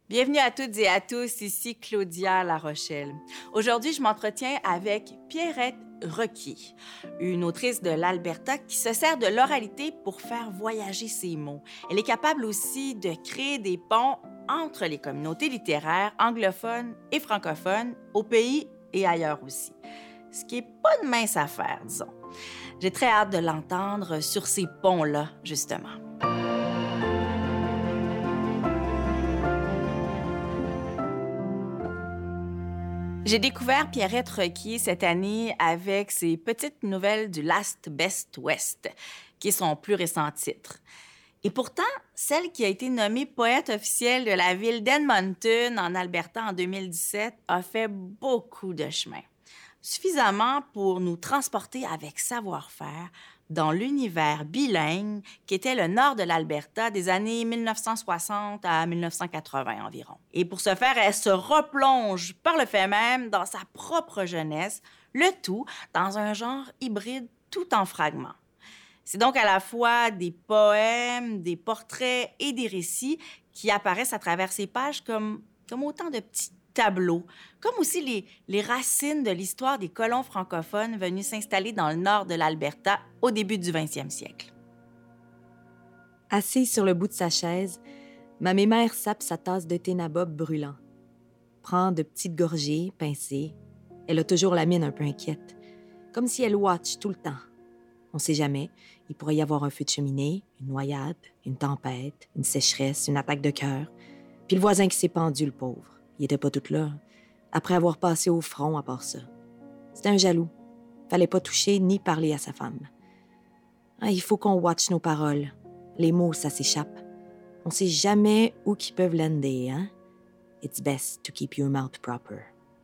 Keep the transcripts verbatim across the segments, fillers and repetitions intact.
Bienvenue à toutes et à tous, ici Claudia La Rochelle. Aujourd'hui, je m'entretiens avec Pierrette Requier, une autrice de l'Alberta qui se sert de l'oralité pour faire voyager ses mots. Elle est capable aussi de créer des ponts entre les communautés littéraires anglophones et francophones, au pays et ailleurs aussi. Ce qui n'est pas de mince affaire, disons. J'ai très hâte de l'entendre sur ces ponts-là, justement. J'ai découvert Pierrette Requier cette année avec ses petites nouvelles du Last Best West, qui est son plus récent titre. Et pourtant, celle qui a été nommée poète officielle de la ville d'Edmonton, en Alberta, en deux mille dix-sept, a fait beaucoup de chemin. Suffisamment pour nous transporter avec savoir-faire dans l'univers bilingue qu'était le nord de l'Alberta des années mille neuf cent soixante à mille neuf cent quatre-vingts environ. Et pour ce faire, elle se replonge par le fait même dans sa propre jeunesse, le tout dans un genre hybride tout en fragments. C'est donc à la fois des poèmes, des portraits et des récits qui apparaissent à travers ces pages comme, comme autant de petits tableaux, comme aussi les, les racines de l'histoire des colons francophones venus s'installer dans le nord de l'Alberta au début du vingtième siècle. Assise sur le bout de sa chaise, ma mémère sape sa tasse de thé nabob brûlant. Prend de petites gorgées, pincées. Elle a toujours la mine un peu inquiète, comme si elle watch tout le temps. On sait jamais, il pourrait y avoir un feu de cheminée, une noyade, une tempête, une sécheresse, une attaque de cœur. Puis le voisin qui s'est pendu, le pauvre. Il était pas tout là, après avoir passé au front à part ça. C'était un jaloux. Fallait pas toucher ni parler à sa femme. Ah, il faut qu'on watch nos paroles. Les mots, ça s'échappe. On sait jamais où qu'ils peuvent lander, hein? It's best to keep your mouth proper.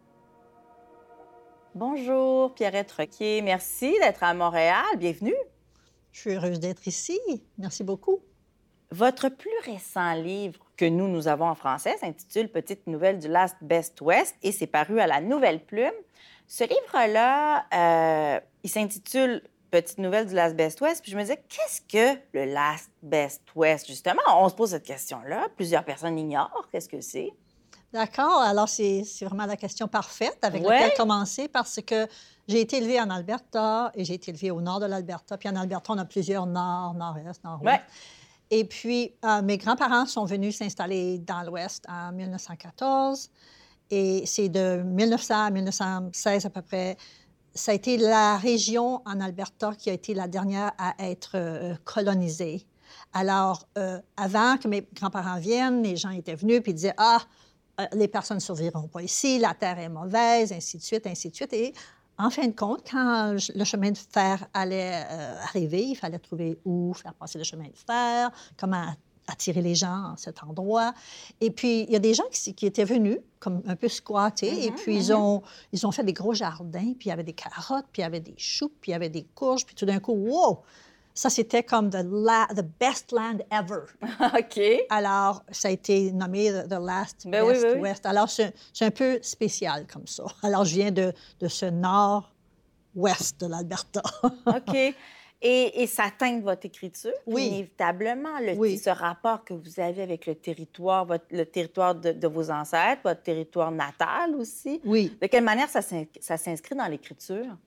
Bonjour, Pierrette Requier. Merci d'être à Montréal. Bienvenue. Je suis heureuse d'être ici. Merci beaucoup. Votre plus récent livre que nous, nous avons en français s'intitule « Petites nouvelles du Last Best West » et c'est paru à la Nouvelle Plume. Ce livre-là, euh, il s'intitule « Petites nouvelles du Last Best West » puis je me disais, qu'est-ce que le Last Best West, justement? On se pose cette question-là. Plusieurs personnes l'ignorent. Qu'est-ce que c'est? D'accord. Alors, c'est, c'est vraiment la question parfaite avec ouais. laquelle commencer parce que j'ai été élevée en Alberta et j'ai été élevée au nord de l'Alberta. Puis en Alberta, on a plusieurs nord, nord-est, nord-ouest. Ouais. Et puis, euh, mes grands-parents sont venus s'installer dans l'Ouest en mille neuf cent quatorze. Et c'est de mille neuf cents à mille neuf cent seize à peu près. Ça a été la région en Alberta qui a été la dernière à être euh, colonisée. Alors, euh, avant que mes grands-parents viennent, les gens étaient venus puis ils disaient « Ah, euh, les personnes ne survivront pas ici, la terre est mauvaise, ainsi de suite, ainsi de suite. » Et en fin de compte, quand le chemin de fer allait euh, arriver, il fallait trouver où faire passer le chemin de fer, comment attirer les gens à cet endroit. Et puis, il y a des gens qui, qui étaient venus, comme un peu squattés, mm-hmm, et puis mm-hmm. ils, ont, ils ont fait des gros jardins, puis il y avait des carottes, puis il y avait des choux, puis il y avait des courges, puis tout d'un coup, wow! Ça, c'était comme the, la, the best land ever. OK. Alors, ça a été nommé The, the Last ben Best oui, oui. West. Alors, c'est, c'est un peu spécial comme ça. Alors, je viens de, de ce nord-ouest de l'Alberta. OK. Et, et ça teinte votre écriture, oui. Inévitablement, le, oui. ce rapport que vous avez avec le territoire, votre, le territoire de, de vos ancêtres, votre territoire natal aussi. Oui. De quelle manière ça, ça s'inscrit dans l'écriture?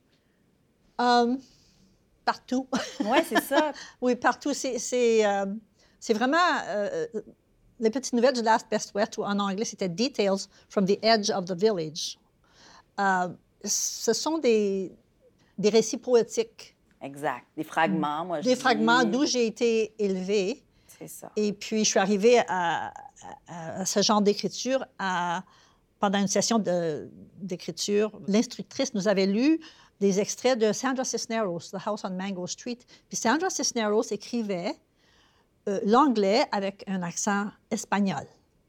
Um... Partout. Oui, c'est ça. oui, partout. C'est, c'est, euh, c'est vraiment euh, les petites nouvelles du Last Best West, ou en anglais, c'était « Details from the Edge of the Village ». Euh, ce sont des, des récits poétiques. Exact. Des fragments, moi, je Des dis... fragments d'où j'ai été élevée. C'est ça. Et puis, je suis arrivée à, à, à ce genre d'écriture à, pendant une session de, d'écriture. L'instructrice nous avait lu des extraits de Sandra Cisneros, The House on Mango Street. Puis Sandra Cisneros écrivait euh, l'anglais avec un accent espagnol.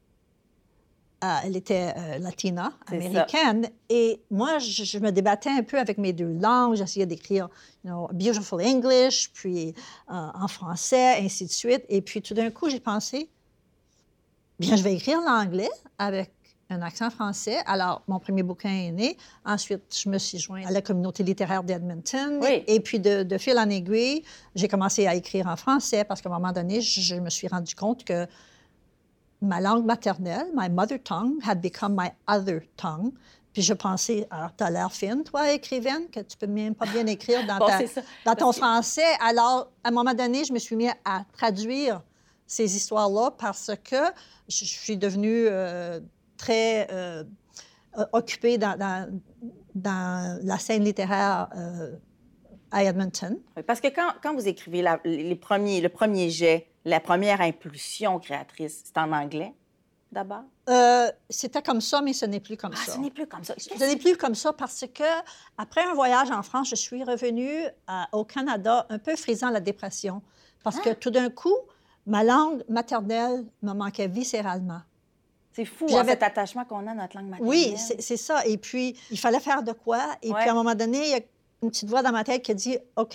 Euh, elle était euh, latina, C'est américaine. Ça. Et moi, je, je me débattais un peu avec mes deux langues. J'essayais d'écrire, you know, beautiful English, puis euh, en français, ainsi de suite. Et puis tout d'un coup, j'ai pensé, bien, je vais écrire l'anglais avec un accent français. Alors, mon premier bouquin est né. Ensuite, je me suis jointe à la communauté littéraire d'Edmonton. Oui. Et puis, de, de fil en aiguille, j'ai commencé à écrire en français parce qu'à un moment donné, je, je me suis rendu compte que ma langue maternelle, my mother tongue, had become my other tongue. Puis je pensais, alors, tu as l'air fine, toi, écrivaine, que tu peux même pas bien écrire dans, bon, ta, ça, dans ton que... français. Alors, à un moment donné, je me suis mis à traduire ces histoires-là parce que je, je suis devenue euh, très euh, occupée dans, dans, dans la scène littéraire euh, à Edmonton. Oui, parce que quand, quand vous écrivez la, les premiers, le premier jet, la première impulsion créatrice, c'est en anglais, d'abord? Euh, c'était comme ça, mais ce n'est plus comme ah, ça. ce n'est plus comme ça. Ce n'est plus comme ça parce que, après un voyage en France, je suis revenue à, au Canada un peu frisant la dépression. Parce ah. que tout d'un coup, ma langue maternelle me manquait viscéralement. C'est fou, hein, cet attachement qu'on a à notre langue maternelle. Oui, c'est ça. Et puis, il fallait faire de quoi. Et ouais. puis, à un moment donné, il y a une petite voix dans ma tête qui a dit, OK,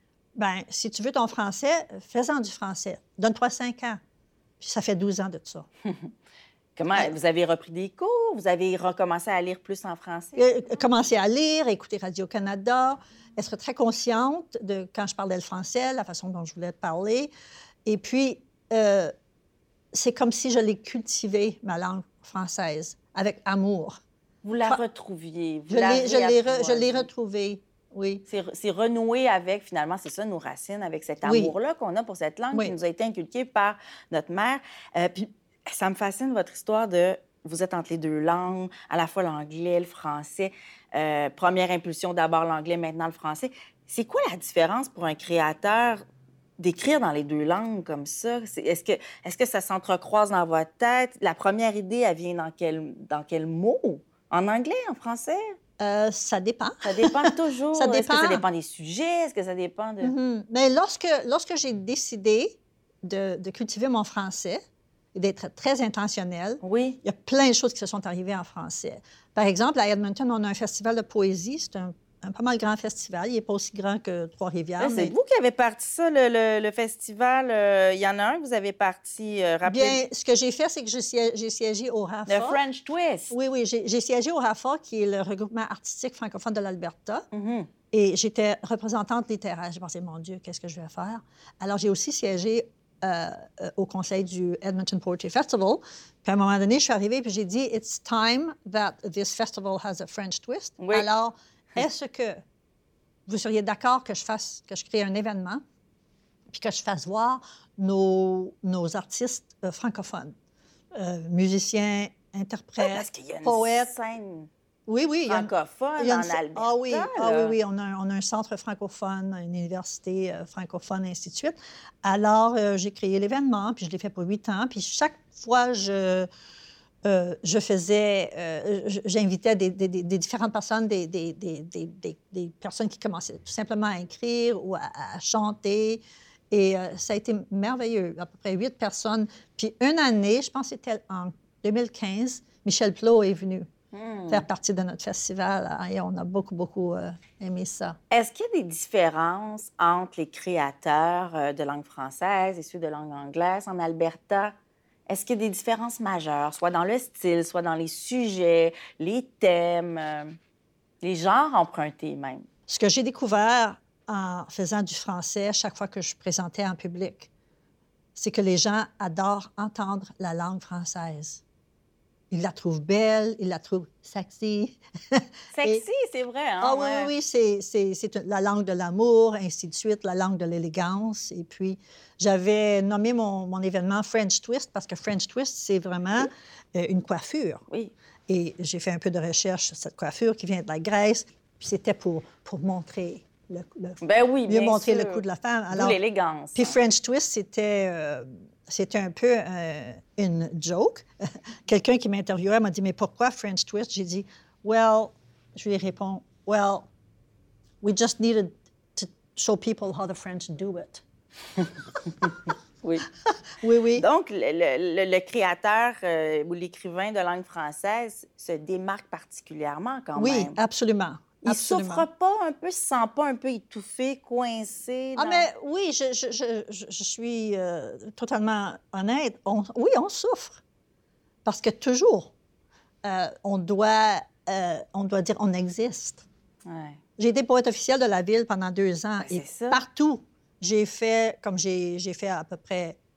ben si tu veux ton français, fais-en du français. Donne-toi cinq ans. Puis ça fait douze ans de ça. Comment? Vous avez repris des cours? Vous avez recommencé à lire plus en français? Euh, commencer à lire, écouter Radio-Canada, être très consciente de quand je parlais le français, la façon dont je voulais parler. Et puis, euh, c'est comme si je l'ai cultivé, ma langue française, avec amour. Vous la retrouviez? Vous je l'ai, je, l'ai re, je l'ai retrouvée, oui. C'est, c'est renouer avec, finalement, c'est ça, nos racines, avec cet amour-là oui. qu'on a pour cette langue oui. qui nous a été inculquée par notre mère. Euh, puis, ça me fascine, votre histoire de... Vous êtes entre les deux langues, à la fois l'anglais, le français. Euh, première impulsion, d'abord l'anglais, maintenant le français. C'est quoi la différence pour un créateur d'écrire dans les deux langues comme ça? C'est, est-ce que, est-ce que ça s'entrecroise dans votre tête? La première idée, elle vient dans quel, dans quel mot? En anglais, en français? Euh, ça dépend. Ça dépend toujours. Ça dépend. Est-ce que ça dépend des sujets? Est-ce que ça dépend de... Mm-hmm. Mais lorsque, lorsque j'ai décidé de, de cultiver mon français, et d'être très intentionnelle. Oui. Il y a plein de choses qui se sont arrivées en français. Par exemple, à Edmonton, on a un festival de poésie. C'est un, un pas mal grand festival. Il n'est pas aussi grand que Trois-Rivières. Là, mais... C'est vous qui avez parti ça, le, le, le festival. Euh, il y en a un que vous avez parti euh, rapide. Bien, ce que j'ai fait, c'est que j'ai siégé, j'ai siégé au R A F A. Le French Twist. Oui, oui. J'ai, j'ai siégé au R A F A, qui est le regroupement artistique francophone de l'Alberta. Mm-hmm. Et j'étais représentante littéraire. J'ai pensé, mon Dieu, qu'est-ce que je vais faire? Alors, j'ai aussi siégé Euh, euh, au conseil du Edmonton Poetry Festival. Puis à un moment donné, je suis arrivée et j'ai dit « It's time that this festival has a French twist. Oui. » Alors, est-ce que vous seriez d'accord que je fasse, que je crée un événement puis que je fasse voir nos, nos artistes euh, francophones, euh, musiciens, interprètes, oui, parce qu'il y a une poètes. Scène... Oui, oui. francophone il y a une... en Alberta. Ah oui, là. ah oui, oui. On a, un, on a un centre francophone, une université euh, francophone, ainsi de suite. Alors, euh, j'ai créé l'événement, puis je l'ai fait pour huit ans. Puis chaque fois, je, euh, je faisais... Euh, j'invitais des, des, des, des différentes personnes, des, des, des, des, des personnes qui commençaient tout simplement à écrire ou à, à chanter. Et euh, ça a été merveilleux, à peu près huit personnes. Puis une année, je pense que c'était en deux mille quinze, Michel Plot est venu. Hmm. faire partie de notre festival. Et on a beaucoup, beaucoup euh, aimé ça. Est-ce qu'il y a des différences entre les créateurs euh, de langue française et ceux de langue anglaise en Alberta? Est-ce qu'il y a des différences majeures, soit dans le style, soit dans les sujets, les thèmes, euh, les genres empruntés même? Ce que j'ai découvert en faisant du français à chaque fois que je présentais en public, c'est que les gens adorent entendre la langue française. Ils la trouvent belle, ils la trouvent sexy. Sexy, Et... c'est vrai, hein? Ah ouais. oui, oui, c'est, c'est, c'est la langue de l'amour, ainsi de suite, la langue de l'élégance. Et puis, j'avais nommé mon, mon événement French Twist parce que French Twist, c'est vraiment euh, une coiffure. Oui. Et j'ai fait un peu de recherche sur cette coiffure qui vient de la Grèce. Puis c'était pour, pour montrer le, le ben oui, mieux bien montrer sûr. le cou de la femme. Alors, d'où l'élégance. Puis French Twist, c'était... Euh, C'était un peu euh, une joke. Quelqu'un qui m'interviewait m'a dit, mais pourquoi French Twist? J'ai dit, well, je lui réponds, well, we just needed to show people how the French do it. Oui. Oui, oui. Donc, le, le, le créateur euh, ou l'écrivain de langue française se démarque particulièrement quand oui, même. Oui, absolument. Il ne Absolument. souffre pas un peu, il ne se sent pas un peu étouffé, coincé? Dans... Ah, mais oui, je, je, je, je suis euh, totalement honnête. On, oui, on souffre. Parce que toujours, euh, on, doit, euh, on doit dire on existe. Ouais. J'ai été poète officielle de la ville pendant deux ans. Ben, et c'est ça. Partout, j'ai fait, comme j'ai, j'ai fait à peu près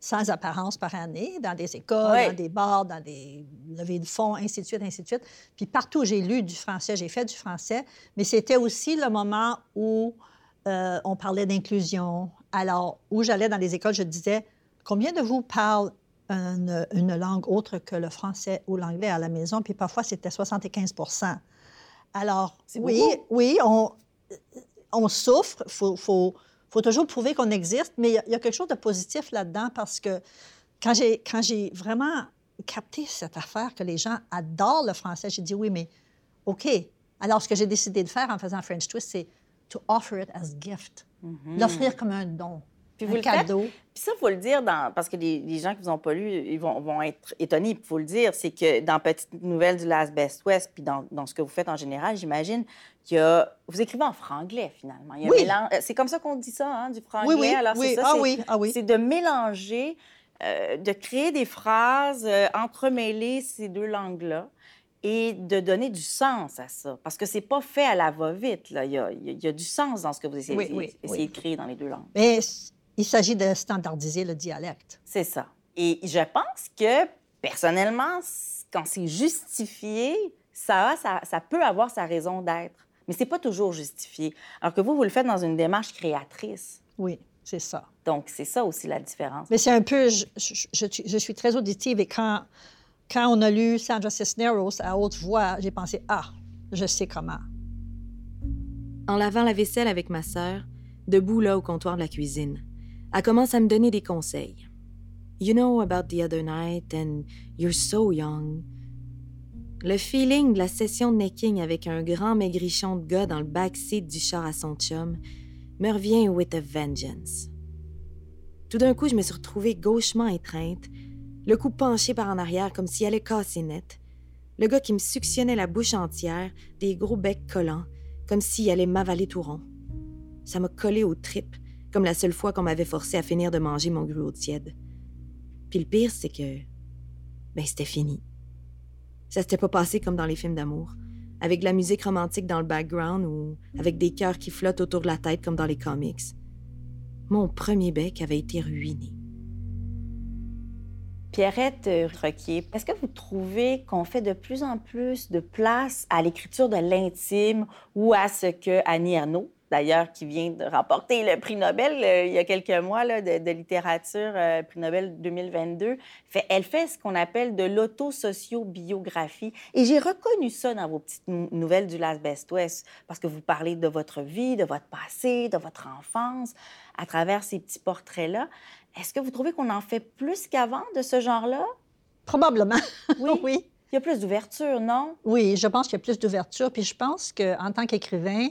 sans apparence par année, dans des écoles, Oui. dans des bars, dans des levées de fonds, ainsi de suite, ainsi de suite. Puis partout, j'ai lu du français, j'ai fait du français, mais c'était aussi le moment où euh, on parlait d'inclusion. Alors, où j'allais dans les écoles, je disais, combien de vous parlent une, une langue autre que le français ou l'anglais à la maison? Puis parfois, c'était soixante-quinze pour cent. Alors, C'est oui, beaucoup. oui, on, on souffre, il faut, faut, faut toujours prouver qu'on existe, mais il y, a- il y a quelque chose de positif là-dedans parce que quand j'ai, quand j'ai vraiment capté cette affaire que les gens adorent le français, j'ai dit oui, mais OK. Alors, ce que j'ai décidé de faire en faisant French Twist, c'est to offer it as gift, l'offrir comme un don, Puis un vous le faites? cadeau. Puis ça, il faut le dire, dans... parce que les, les gens qui vous ont pas lu, ils vont, vont être étonnés. Il faut le dire, c'est que dans Petite Nouvelle du Last Best West, puis dans, dans ce que vous faites en général, j'imagine qu'il y a... Vous écrivez en franglais, finalement. Il y a un Oui. mélange- C'est comme ça qu'on dit ça, hein, du franglais. Oui, oui, Alors, oui. c'est ça, Ah c'est... oui, ah oui. C'est de mélanger, euh, de créer des phrases, euh, entremêler ces deux langues-là et de donner du sens à ça. Parce que c'est pas fait à la va-vite, là. Il y a, il y a- il y a du sens dans ce que vous essayez, Oui, oui, essayez oui. de créer dans les deux langues. Mais il s'agit de standardiser le dialecte. C'est ça. Et je pense que, personnellement, c- quand c'est justifié, ça, a- ça, ça peut avoir sa raison d'être. Mais c'est pas toujours justifié. Alors que vous, vous le faites dans une démarche créatrice. Oui, c'est ça. Donc, c'est ça aussi la différence. Mais c'est un peu... Je, je- je- je suis très auditive et quand, quand on a lu Sandra Cisneros à haute voix, j'ai pensé, ah, je sais comment. En lavant la vaisselle avec ma sœur, debout là au comptoir de la cuisine, elle commence à me donner des conseils. You know about the other night and you're so young. Le feeling de la session de necking avec un grand maigrichon de gars dans le backseat du char à son chum me revient with a vengeance. Tout d'un coup, je me suis retrouvée gauchement étreinte, le cou penché par en arrière comme s'il allait casser net, le gars qui me suctionnait la bouche entière, des gros becs collants, comme s'il allait m'avaler tout rond. Ça m'a collé aux tripes, comme la seule fois qu'on m'avait forcé à finir de manger mon gruau tiède. Puis le pire, c'est que... ben, c'était fini. Ça s'était pas passé comme dans les films d'amour, avec de la musique romantique dans le background ou avec des cœurs qui flottent autour de la tête comme dans les comics. Mon premier bec avait été ruiné. Pierrette euh, Roquier, est-ce que vous trouvez qu'on fait de plus en plus de place à l'écriture de l'intime ou à ce que Annie Ernaux, d'ailleurs, qui vient de remporter le prix Nobel euh, il y a quelques mois là, de, de littérature, euh, prix Nobel deux mille vingt-deux, fait, elle fait ce qu'on appelle de l'autosociobiographie. Et j'ai reconnu ça dans vos petites nou- nouvelles du Last Best West, parce que vous parlez de votre vie, de votre passé, de votre enfance, à travers ces petits portraits-là. Est-ce que vous trouvez qu'on en fait plus qu'avant de ce genre-là? Probablement. Oui. oui. Il y a plus d'ouverture, non? Oui, je pense qu'il y a plus d'ouverture. Puis je pense qu'en tant qu'écrivain,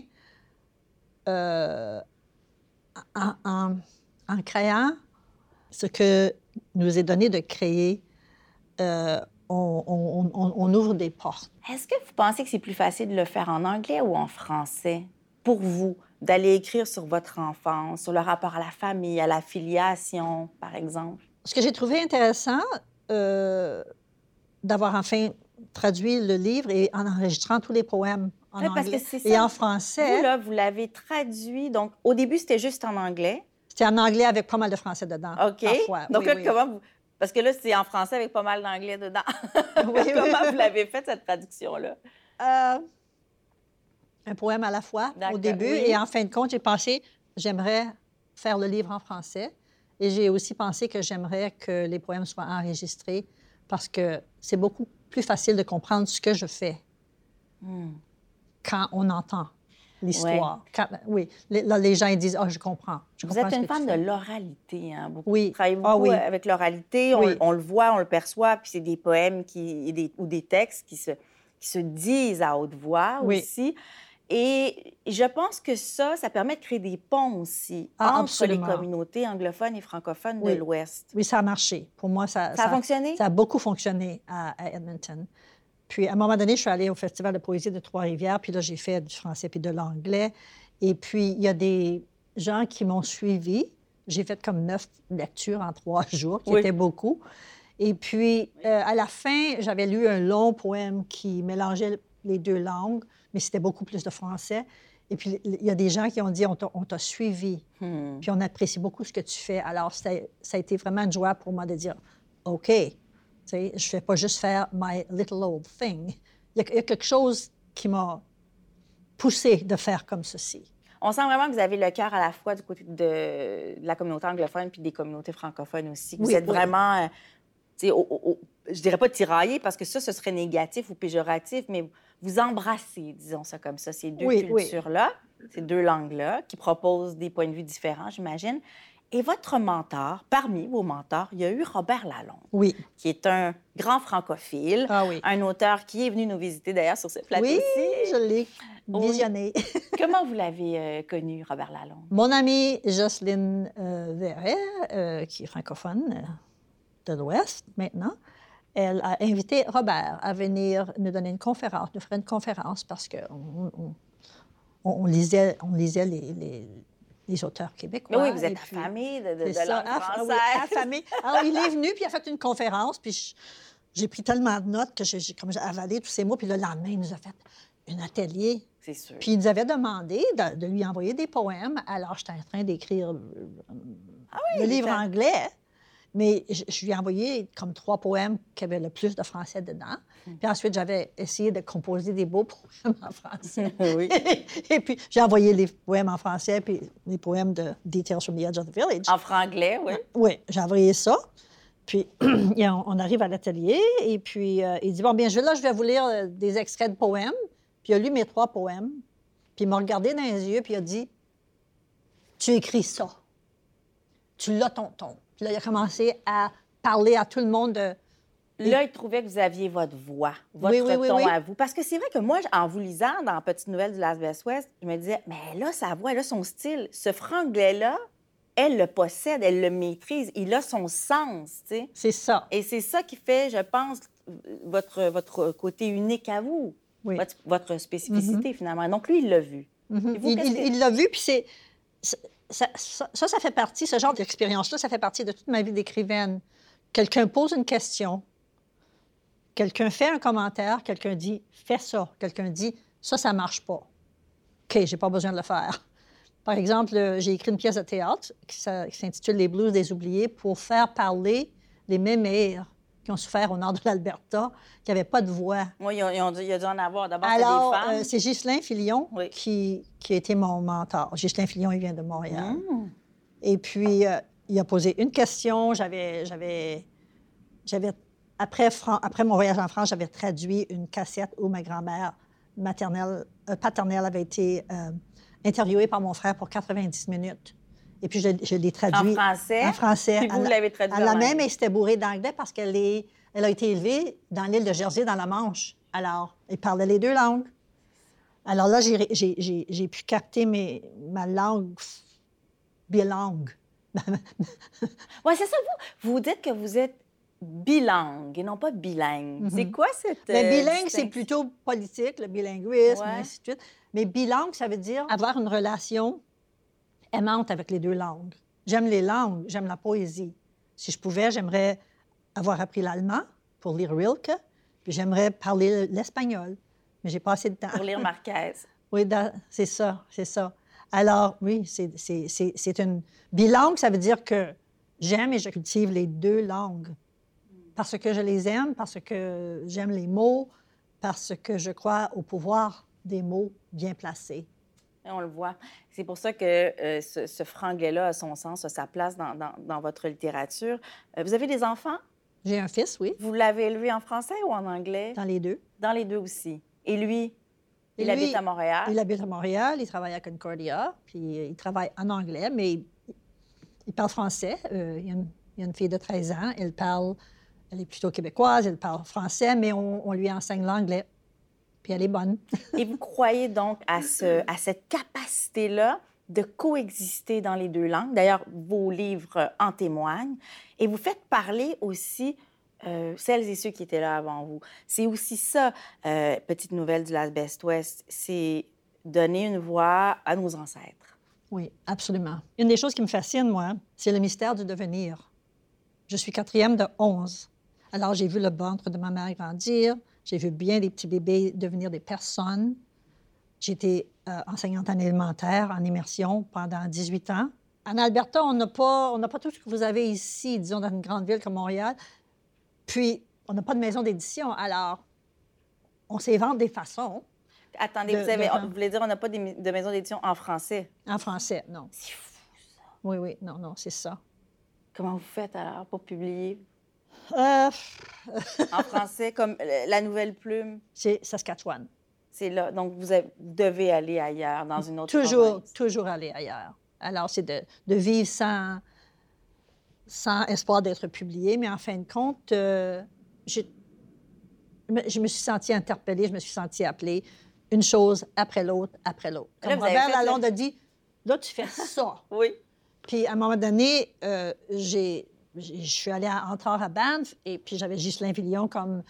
euh, en, en- en créant ce que nous est donné de créer, euh, on, on- on- on ouvre des portes. Est-ce que vous pensez que c'est plus facile de le faire en anglais ou en français pour vous, d'aller écrire sur votre enfance, sur le rapport à la famille, à la filiation, par exemple? Ce que j'ai trouvé intéressant, euh, d'avoir enfin traduit le livre et en enregistrant tous les poèmes en Oui, parce anglais que c'est et ça. en français. Vous, là, vous l'avez traduit. Donc, au début, c'était juste en anglais. C'était en anglais avec pas mal de français dedans. OK. Parfois. Donc, Oui, là, oui. comment vous... Parce que là, c'est en français avec pas mal d'anglais dedans. Oui, oui. Comment vous l'avez fait, cette traduction-là? Euh, un poème à la fois D'accord, au début. oui. Et en fin de compte, j'ai pensé, j'aimerais faire le livre en français. Et j'ai aussi pensé que j'aimerais que les poèmes soient enregistrés parce que c'est beaucoup plus facile de comprendre ce que je fais Hmm. quand on entend l'histoire. Quand- oui, les, là, les gens ils disent « Ah, je comprends. Je Vous comprends êtes ce une que tu fan fais. de l'oralité, hein? Beaucoup. Oui. Vous travaillez beaucoup Ah oui. avec l'oralité. On, Oui. on le voit, on le perçoit, puis c'est des poèmes qui, et des- ou des textes qui se, qui se disent à haute voix Oui. aussi. Et je pense que ça, ça permet de créer des ponts aussi Ah, entre absolument. les communautés anglophones et francophones Oui. de l'Ouest. Oui, ça a marché. Pour moi, ça, Ça a fonctionné? Ça a beaucoup fonctionné à, à Edmonton. Puis, à un moment donné, je suis allée au Festival de poésie de Trois-Rivières, puis là, j'ai fait du français puis de l'anglais. Et puis, il y a des gens qui m'ont suivi. J'ai fait comme neuf lectures en trois jours, qui Oui. étaient beaucoup. Et puis, euh, à la fin, j'avais lu un long poème qui mélangeait les deux langues, mais c'était beaucoup plus de français. Et Et puis, il y a des gens qui ont dit, on t'a, on t'a suivi, Hmm. puis on apprécie beaucoup ce que tu fais. Alors, c'était- ça a été vraiment une joie pour moi de dire, OK, tu sais, je ne fais pas juste faire my little old thing. Il y a, il y a quelque chose qui m'a poussé de faire comme ceci. On sent vraiment que vous avez le cœur à la fois du côté de, de la communauté anglophone puis des communautés francophones aussi. Que vous Oui, êtes oui. vraiment, euh, tu sais, au- au- au- je dirais pas tiraillés parce que ça, ce serait négatif ou péjoratif, mais vous embrassez, disons ça comme ça, ces deux Oui, oui. cultures-là, ces deux langues-là, qui proposent des points de vue différents, j'imagine. Et votre mentor, parmi vos mentors, il y a eu Robert Lalonde, Oui. qui est un grand francophile, Ah oui. un auteur qui est venu nous visiter d'ailleurs sur ce plateau Oui, aussi. je l'ai Oui. visionné. Comment vous l'avez euh, connu, Robert Lalonde? Mon amie Jocelyne euh, Verret, euh, qui est francophone euh, de l'Ouest maintenant, elle a invité Robert à venir nous donner une conférence, nous faire une conférence parce qu'on on, on, on lisait, on lisait les, les, les auteurs québécois. Mais oui, vous êtes et puis- affamé de, de, C'est de ça, langue aff- française. oui, affamé. Alors, il est venu, puis il a fait une conférence, puis je- j'ai pris tellement de notes que j'ai j'ai- comme j'ai avalé tous ces mots, puis le lendemain, il nous a fait un atelier. C'est sûr. Puis il nous avait demandé de, de lui envoyer des poèmes. Alors, j'étais en train d'écrire euh, le livre ça- anglais, mais je, je lui ai envoyé comme trois poèmes qui avaient le plus de français dedans. Puis ensuite, j'avais essayé de composer des beaux poèmes en français. Oui. Et puis, j'ai envoyé les poèmes en français, puis les poèmes de Details from the Edge of the Village. En franglais, oui. Oui, j'ai envoyé ça. Puis, et on, on arrive à l'atelier, et puis euh, il dit, bon, bien, je, là, je vais vous lire euh, des extraits de poèmes. Puis il a lu mes trois poèmes, puis il m'a regardé dans les yeux, puis il a dit, tu écris ça. Tu l'as ton ton. Puis là, il a commencé à parler à tout le monde de... Là, il trouvait que vous aviez votre voix, votre Oui, oui, oui, ton oui. à vous. Parce que c'est vrai que moi, en vous lisant dans Petite Nouvelle du Last Best West, je me disais, mais là, sa voix, elle a son style. Ce franglais-là, elle le possède, elle le maîtrise. Il a son sens, tu sais. C'est ça. Et c'est ça qui fait, je pense, votre, votre côté unique à vous. Oui. Votre, votre spécificité, finalement. Donc, lui, il l'a vu. Mhm. Et vous, Il qu'est-ce il- que- il l'a vu, puis c'est... c'est- Ça, ça, ça, ça fait partie, ce genre d'expérience-là, ça fait partie de toute ma vie d'écrivaine. Quelqu'un pose une question, quelqu'un fait un commentaire, quelqu'un dit « fais ça », quelqu'un dit « ça, ça marche pas ». OK, j'ai pas besoin de le faire. Par exemple, euh, j'ai écrit une pièce de théâtre qui s'a- qui s'intitule « Les blues des oubliés » pour faire parler les mémères qui ont souffert au nord de l'Alberta, qui n'avaient pas de voix. Moi, ils ont, ils ont dû, il a dû en avoir. D'abord, c'était Alors, des femmes. euh, c'est Ghislain Filion Oui. qui, qui a été mon mentor. Ghislain Filion, il vient de Montréal. Mmh. Et puis, euh, il a posé une question. J'avais, j'avais, j'avais après, Fran- après mon voyage en France, j'avais traduit une cassette où ma grand-mère maternelle, euh, paternelle avait été euh, interviewée par mon frère pour quatre-vingt-dix minutes. Et puis, je, je l'ai En traduit français. en français. Puis vous à la- l'avez traduit à la en même, anglais. et c'était bourré d'anglais parce qu'elle est, elle a été élevée dans l'île de Jersey, dans la Manche. Alors, elle parlait les deux langues. Alors là, j'ai, j'ai, j'ai, j'ai pu capter mes, ma langue f- bilingue. Oui, c'est ça. Vous, vous dites que vous êtes bilingue et non pas bilingue. C'est quoi cette. Mais euh, bilingue, c'est distinction? plutôt politique, le bilinguisme, Ouais. et ainsi de suite. Mais bilingue, ça veut dire avoir une relation aimante avec les deux langues. J'aime les langues, j'aime la poésie. Si je pouvais, j'aimerais avoir appris l'allemand pour lire Rilke, puis j'aimerais parler l'espagnol. Mais j'ai pas assez de temps. Pour lire Marquez. Oui, da- c'est ça, c'est ça. Alors, oui, c'est, c'est, c'est, c'est une... Bilingue, ça veut dire que j'aime et je cultive les deux langues. Parce que je les aime, parce que j'aime les mots, parce que je crois au pouvoir des mots bien placés. Et on le voit. C'est pour ça que euh, ce, ce franglais-là a son sens, a sa place dans, dans, dans votre littérature. Euh, vous avez des enfants? J'ai un fils, oui, Vous l'avez élevé en français ou en anglais? dans les deux. Dans les deux aussi. Et lui, il Et lui, habite à Montréal. Il habite à Montréal, il travaille à Concordia, puis euh, il travaille en anglais, mais il, il parle français. Euh, il, y a une, il y a une fille de treize ans, elle parle, elle est plutôt québécoise, elle parle français, mais on, on lui enseigne l'anglais. Puis elle est bonne. Et vous croyez donc à, ce, à cette capacité-là de coexister dans les deux langues. D'ailleurs, vos livres en témoignent. Et vous faites parler aussi euh, celles et ceux qui étaient là avant vous. C'est aussi ça, euh, Petite Nouvelle du Last Best West, c'est donner une voix à nos ancêtres. Oui, absolument. Une des choses qui me fascine, moi, c'est le mystère du devenir. Je suis quatrième de onze. Alors, j'ai vu le ventre de ma mère grandir. J'ai vu bien des petits bébés devenir des personnes. J'ai été euh, enseignante en élémentaire, en immersion, pendant dix-huit ans. En Alberta, on n'a pas, on n'a pas tout ce que vous avez ici, disons, dans une grande ville comme Montréal. Puis, on n'a pas de maison d'édition. Alors, on s'invente des façons. Attendez, de, vous, avez, de... vous voulez dire on n'a pas de, de maison d'édition en français? En français, non. C'est fou, ça. Oui, oui, non, non, c'est ça. Comment vous faites, alors, pour publier? Euh... En français, comme La Nouvelle Plume? C'est Saskatchewan. C'est là. Donc, vous, avez, vous devez aller ailleurs, dans une autre toujours, province. Toujours aller ailleurs. Alors, c'est de, de vivre sans, sans espoir d'être publié, mais en fin de compte, euh, j'ai, je me suis sentie interpellée, je me suis sentie appelée, une chose après l'autre, après l'autre. Comme Là, Robert Lalonde le... a dit, là, tu fais ça. Oui. Puis, à un moment donné, euh, j'ai, j'ai, je suis allée à, encore à Banff, et puis j'avais Ghislain Villon comme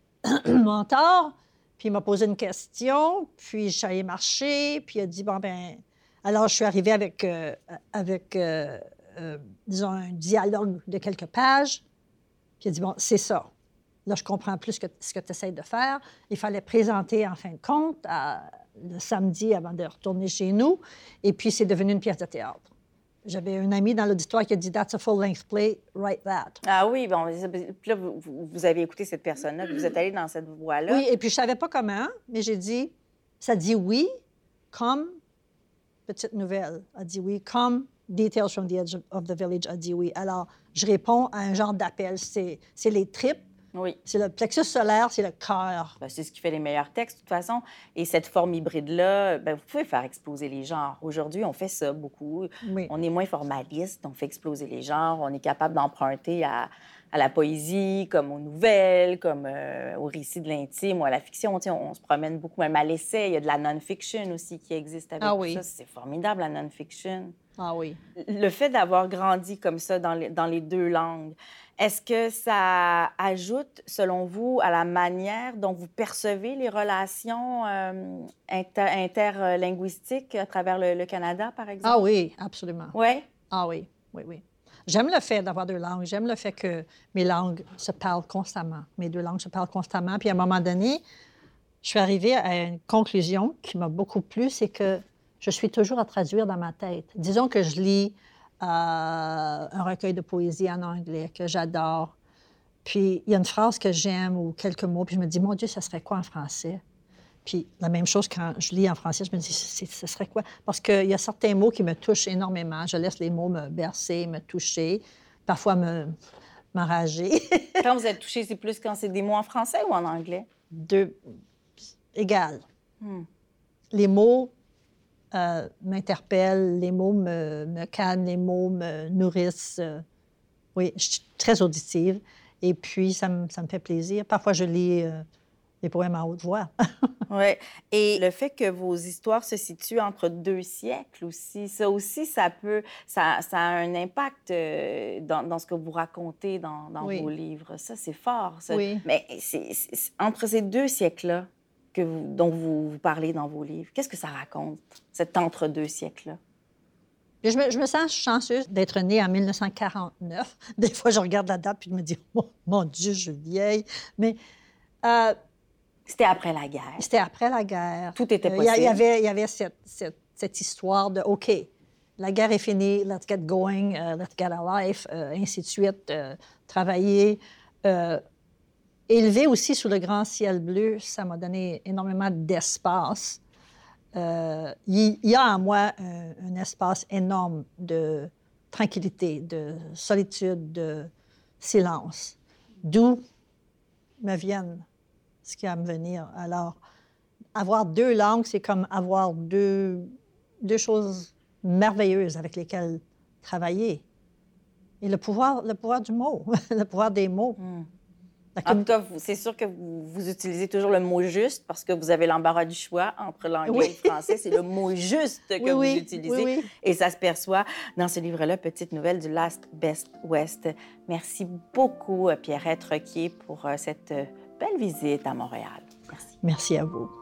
mentor. Puis il m'a posé une question, puis je suis allée marcher, puis il a dit, bon, ben alors je suis arrivée avec, euh, avec euh, euh, disons, un dialogue de quelques pages. Puis il a dit, bon, c'est ça. Là, je comprends plus que, ce que tu essaies de faire. Il fallait présenter, en fin de compte, à, le samedi avant de retourner chez nous. Et puis, c'est devenu une pièce de théâtre. J'avais un ami dans l'auditoire qui a dit « That's a full-length play, write that ». Ah oui, bon, puis là, vous, vous avez écouté cette personne-là, puis vous êtes allé dans cette voie-là. Oui, et puis je savais pas comment, mais j'ai dit, ça dit oui, comme petite nouvelle a dit oui, comme Details from the Edge of the Village a dit oui. Alors, je réponds à un genre d'appel. C'est, c'est les tripes, oui. C'est le plexus solaire, c'est le cœur. Ben, c'est ce qui fait les meilleurs textes, de toute façon. Et cette forme hybride-là, ben, vous pouvez faire exploser les genres. Aujourd'hui, on fait ça beaucoup. Oui. On est moins formaliste, on fait exploser les genres. On est capable d'emprunter à, à la poésie, comme aux nouvelles, comme euh, au récit de l'intime ou à la fiction. On, on se promène beaucoup, même à l'essai. Il y a de la non-fiction aussi qui existe avec ah, oui. ça. C'est formidable, la non-fiction. Ah oui. Le fait d'avoir grandi comme ça dans les, dans les deux langues, est-ce que ça ajoute, selon vous, à la manière dont vous percevez les relations euh, inter- interlinguistiques à travers le, le Canada, par exemple? Ah oui, absolument. Oui? Ah oui, oui, oui. J'aime le fait d'avoir deux langues. J'aime le fait que mes langues se parlent constamment. Mes deux langues se parlent constamment. Puis à un moment donné, je suis arrivée à une conclusion qui m'a beaucoup plu, c'est que je suis toujours à traduire dans ma tête. Disons que je lis euh, un recueil de poésie en anglais que j'adore. Puis il y a une phrase que j'aime ou quelques mots, puis je me dis, mon Dieu, ça serait quoi en français? Puis la même chose quand je lis en français, je me dis, ce serait quoi? Parce qu'il y a certains mots qui me touchent énormément. Je laisse les mots me bercer, me toucher, parfois me, m'enrager. Quand vous êtes touché, c'est plus quand c'est des mots en français ou en anglais? Deux, égal. Hmm. Les mots euh, m'interpellent, les mots me, me calment, les mots me nourrissent. Euh, oui, je suis très auditive. Et puis, ça me, ça me fait plaisir. Parfois, je lis euh, des poèmes à haute voix. Oui. Et le fait que vos histoires se situent entre deux siècles aussi, ça aussi, ça peut... Ça, ça a un impact euh, dans, dans ce que vous racontez dans, dans oui. vos livres. Ça, c'est fort. Ça. Oui. Mais c'est, c'est, entre ces deux siècles-là que vous, dont vous, vous parlez dans vos livres, qu'est-ce que ça raconte, cet entre-deux siècles-là? Je me, je me sens chanceuse d'être née en dix-neuf cent quarante-neuf. Des fois, je regarde la date puis je me dis, oh, mon Dieu, je suis vieille. Mais... Euh, C'était après la guerre. C'était après la guerre. Tout était Il possible. euh, y, y avait, y avait cette, cette, cette histoire de, OK, la guerre est finie, let's get going, uh, let's get a life, uh, ainsi de suite, uh, travailler. Uh, élever aussi sous le grand ciel bleu, ça m'a donné énormément d'espace. Euh, il y a en moi un, un espace énorme de tranquillité, de solitude, de silence, d'où me viennent ce qui va me venir. Alors, avoir deux langues, c'est comme avoir deux, deux choses merveilleuses avec lesquelles travailler. Et le pouvoir, le pouvoir du mot, le pouvoir des mots. Mm. En tout cas, c'est sûr que vous, vous utilisez toujours le mot juste parce que vous avez l'embarras du choix entre l'anglais oui. et le français. C'est le mot juste que oui, vous oui, utilisez. oui, oui. Et ça se perçoit dans ce livre-là, Petite nouvelle du Last Best West. Merci beaucoup, Pierrette Roquier, pour cette belle visite à Montréal. Merci. Merci à vous.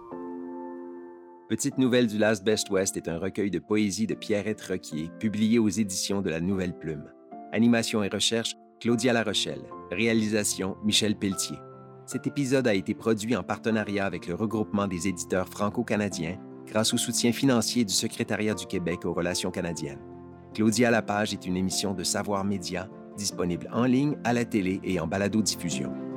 Petite nouvelle du Last Best West est un recueil de poésie de Pierrette Roquier, publié aux éditions de La Nouvelle Plume. Animation et recherche, Claudia Larochelle. Réalisation, Michel Pelletier. Cet épisode a été produit en partenariat avec le regroupement des éditeurs franco-canadiens, grâce au soutien financier du Secrétariat du Québec aux Relations canadiennes. Claudia Lapage est une émission de Savoir Média, disponible en ligne, à la télé et en balado-diffusion.